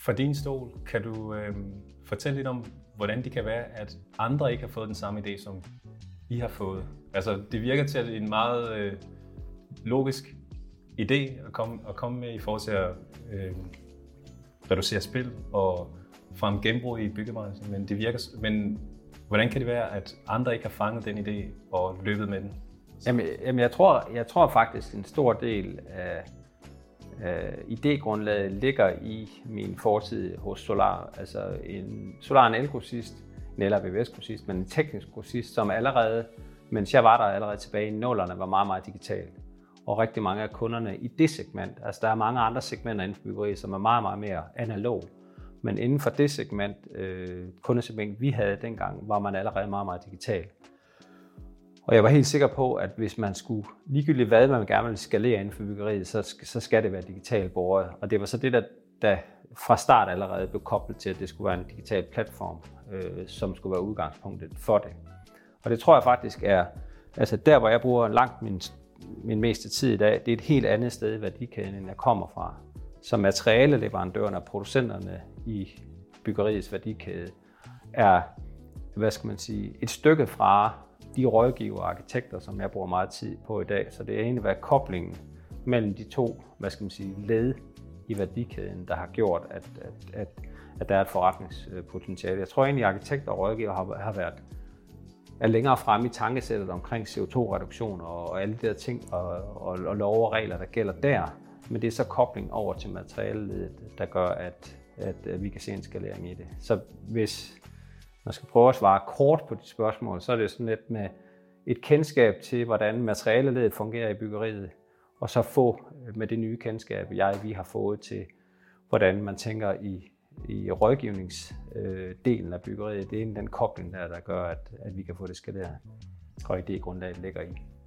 For din stol, kan du fortælle lidt om, hvordan det kan være, at andre ikke har fået den samme idé, som I har fået? Altså, det virker til, at det er en meget logisk idé at komme med i forhold til at reducere spil og frem genbrug i byggebranchen, men hvordan kan det være, at andre ikke har fanget den idé og løbet med den? Jamen jeg tror faktisk, en stor del af idégrundlaget ligger i min fortid hos Solar. Altså Solar er en elgrossist, en el- og VVS-grossist, men en teknisk grossist, som allerede, mens jeg var der allerede tilbage i 00'erne, var meget, meget digital. Og rigtig mange af kunderne i det segment, altså der er mange andre segmenter inden for byggeri, som er meget, meget mere analog. Men inden for det segment, kundesegment vi havde dengang, var man allerede meget, meget digital. Og jeg var helt sikker på, at hvis man skulle ligegyldigt hvad man gerne ville skalere inden for byggeriet, så skal det være digitalt båret. Og det var så det, der fra start allerede blev koblet til, at det skulle være en digital platform, som skulle være udgangspunktet for det. Og det tror jeg faktisk er, altså der hvor jeg bruger langt min meste tid i dag, det er et helt andet sted i værdikæden, end jeg kommer fra. Så materialeleverandørerne og producenterne i byggeriets værdikæde er, hvad skal man sige, et stykke fra de rådgiver og arkitekter, som jeg bruger meget tid på i dag. Så det er egentlig været koblingen mellem de to, hvad skal man sige, led i værdikæden, der har gjort, at der er et forretningspotentiale. Jeg tror egentlig, at arkitekter og rådgiver har været længere fremme i tankesættet omkring CO2-reduktion og alle de der ting og love og regler, der gælder der. Men det er så kobling over til materialeledet, der gør, at vi kan se en skalering i det. Så hvis man skal prøve at svare kort på de spørgsmål, så er det sådan lidt med et kendskab til, hvordan materialeledet fungerer i byggeriet, og så få med det nye kendskab, vi har fået til, hvordan man tænker i rådgivningsdelen af byggeriet. Det er den kobling der gør, at vi kan få det skaleret, og idégrundlaget ligger i.